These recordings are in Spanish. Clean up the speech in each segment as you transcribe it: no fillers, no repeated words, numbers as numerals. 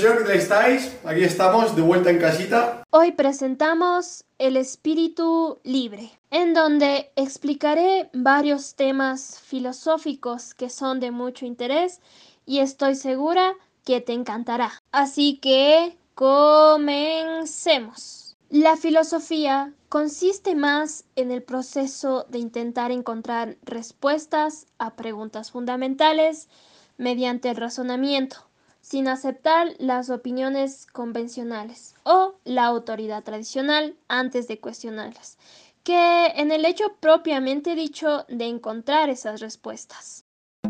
Profesor, ¿qué tal estáis? Aquí estamos, de vuelta en casita. Hoy presentamos El espíritu libre, en donde explicaré varios temas filosóficos que son de mucho interés y estoy segura que te encantará. Así que comencemos. La filosofía consiste más en el proceso de intentar encontrar respuestas a preguntas fundamentales mediante el razonamiento, sin aceptar las opiniones convencionales o la autoridad tradicional antes de cuestionarlas, que en el hecho propiamente dicho de encontrar esas respuestas.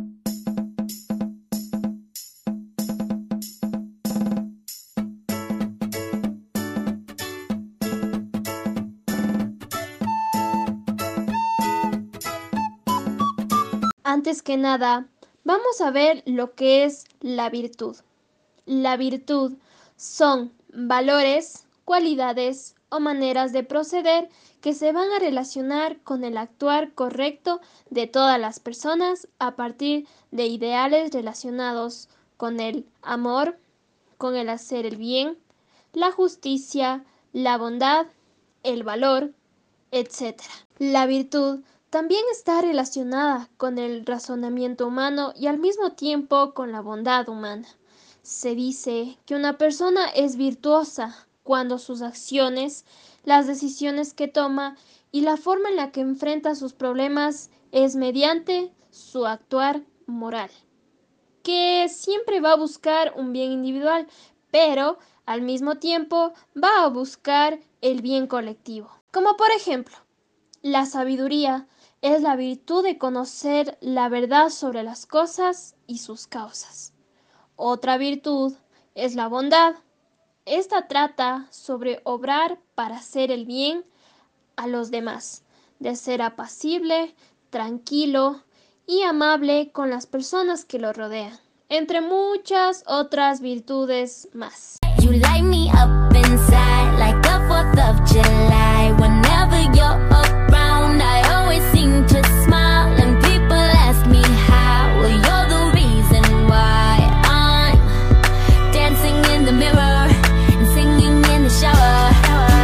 Antes que nada, vamos a ver lo que es la virtud. La virtud son valores, cualidades o maneras de proceder que se van a relacionar con el actuar correcto de todas las personas a partir de ideales relacionados con el amor, con el hacer el bien, la justicia, la bondad, el valor, etc. La virtud también está relacionada con el razonamiento humano y al mismo tiempo con la bondad humana. Se dice que una persona es virtuosa cuando sus acciones, las decisiones que toma y la forma en la que enfrenta sus problemas es mediante su actuar moral, que siempre va a buscar un bien individual, pero al mismo tiempo va a buscar el bien colectivo. Como por ejemplo, la sabiduría es la virtud de conocer la verdad sobre las cosas y sus causas. Otra virtud es la bondad. Esta trata sobre obrar para hacer el bien a los demás, de ser apacible, tranquilo y amable con las personas que lo rodean, entre muchas otras virtudes más. You light me up inside like the 4th of July. Whenever you're around, I always seem to smile. And people ask me how. Well, you're the reason why I'm dancing in the mirror and singing in the shower.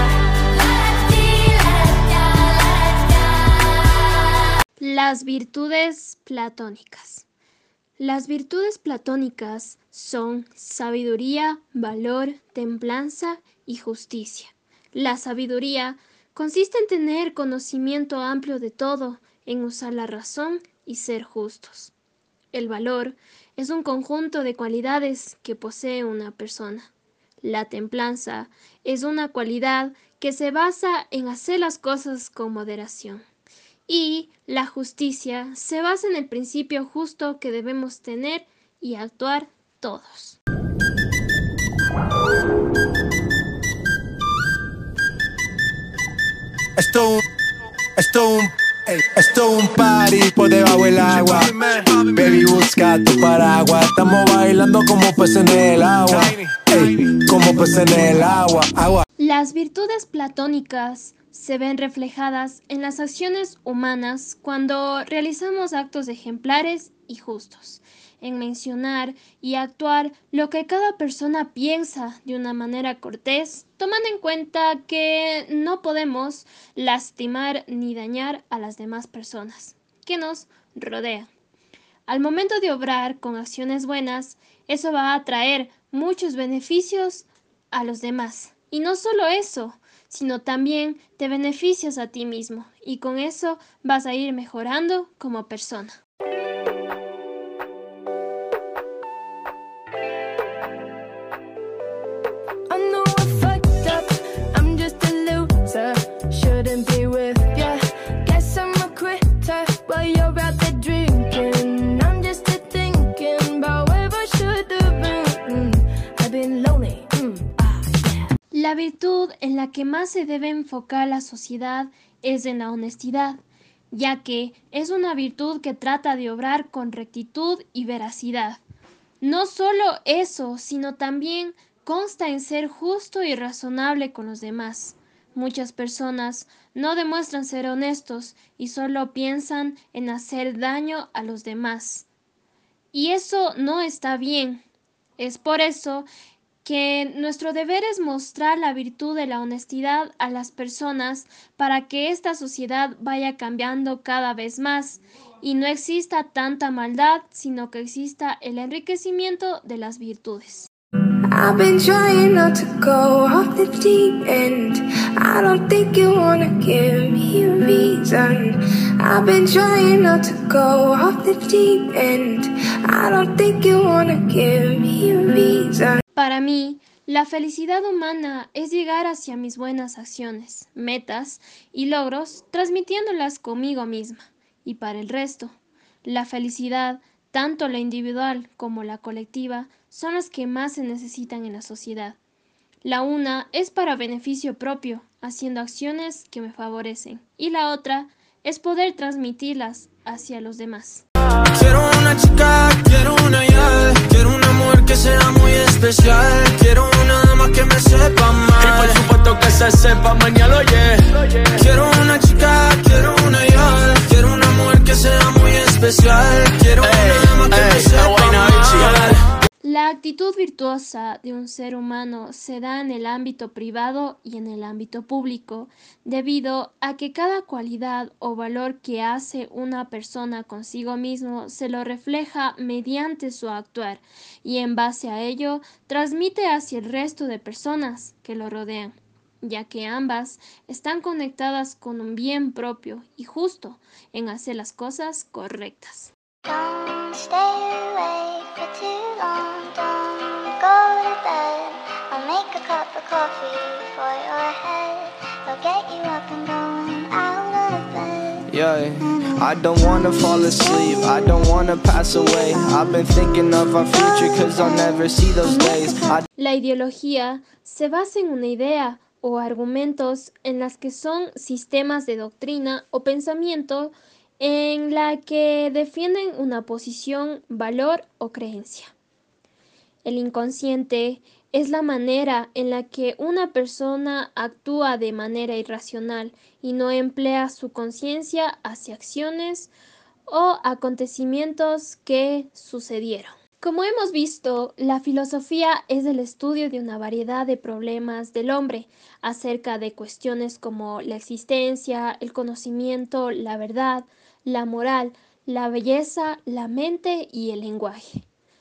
Las virtudes platónicas. Las virtudes platónicas son sabiduría, valor, templanza y justicia. La sabiduría consiste en tener conocimiento amplio de todo, en usar la razón y ser justos. El valor es un conjunto de cualidades que posee una persona. La templanza es una cualidad que se basa en hacer las cosas con moderación. Y la justicia se basa en el principio justo que debemos tener y actuar todos. Esto es un party por debajo del agua. Baby, busca tu paraguas. Estamos bailando como peces en el agua. Ey, como peces en el agua. Las virtudes platónicas se ven reflejadas en las acciones humanas cuando realizamos actos ejemplares y justos, en mencionar y actuar lo que cada persona piensa de una manera cortés, tomando en cuenta que no podemos lastimar ni dañar a las demás personas que nos rodean. Al momento de obrar con acciones buenas, eso va a traer muchos beneficios a los demás. Y no solo eso, sino también te beneficias a ti mismo y con eso vas a ir mejorando como persona. La virtud en la que más se debe enfocar la sociedad es en la honestidad, ya que es una virtud que trata de obrar con rectitud y veracidad. No solo eso, sino también consta en ser justo y razonable con los demás. Muchas personas no demuestran ser honestos y solo piensan en hacer daño a los demás. Y eso no está bien. Es por eso que nuestro deber es mostrar la virtud de la honestidad a las personas para que esta sociedad vaya cambiando cada vez más y no exista tanta maldad, sino que exista el enriquecimiento de las virtudes. I've been trying not to go off the deep end. I don't think you wanna give me a reason. I've been trying not to go off the deep end. I don't think you wanna give me a reason. Para mí, la felicidad humana es llegar hacia mis buenas acciones, metas y logros, transmitiéndolas conmigo misma. Y para el resto, la felicidad, tanto la individual como la colectiva, son las que más se necesitan en la sociedad. La una es para beneficio propio, haciendo acciones que me favorecen, y la otra es poder transmitirlas hacia los demás. Quiero una chica, quiero una yal, quiero una mujer que sea muy especial, quiero una dama que me sepa mal, y por supuesto que se sepa mañana, oye. Quiero una chica, quiero una yal, quiero una mujer que sea muy especial, quiero una dama que me sepa mal. La actitud virtuosa de un ser humano se da en el ámbito privado y en el ámbito público, debido a que cada cualidad o valor que hace una persona consigo mismo se lo refleja mediante su actuar y en base a ello transmite hacia el resto de personas que lo rodean, ya que ambas están conectadas con un bien propio y justo en hacer las cosas correctas. Don't stay awake for too long, don't go to bed. I'll make a cup of coffee for your head. I'll get you up and going out of bed. Yeah, I don't wanna fall asleep, I don't wanna pass away. I've been thinking of our future cause I'll never see those days. La ideología se basa en una idea o argumentos en las que son sistemas de doctrina o pensamiento en la que defienden una posición, valor o creencia. El inconsciente es la manera en la que una persona actúa de manera irracional y no emplea su conciencia hacia acciones o acontecimientos que sucedieron. Como hemos visto, la filosofía es el estudio de una variedad de problemas del hombre acerca de cuestiones como la existencia, el conocimiento, la verdad, la moral, la belleza, la mente y el lenguaje.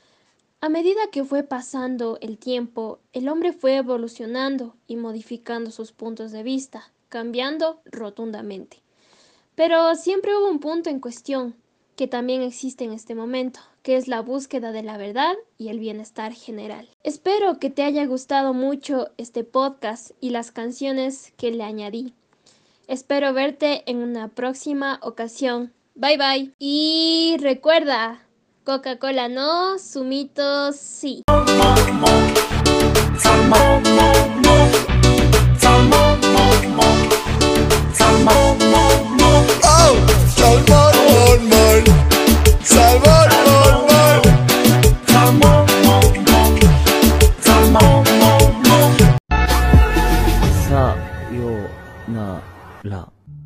A medida que fue pasando el tiempo, el hombre fue evolucionando y modificando sus puntos de vista, cambiando rotundamente. Pero siempre hubo un punto en cuestión, que también existe en este momento, que es la búsqueda de la verdad y el bienestar general. Espero que te haya gustado mucho este podcast y las canciones que le añadí. Espero verte en una próxima ocasión. Bye bye. Y recuerda, Coca-Cola no, zumitos sí. Sayonara.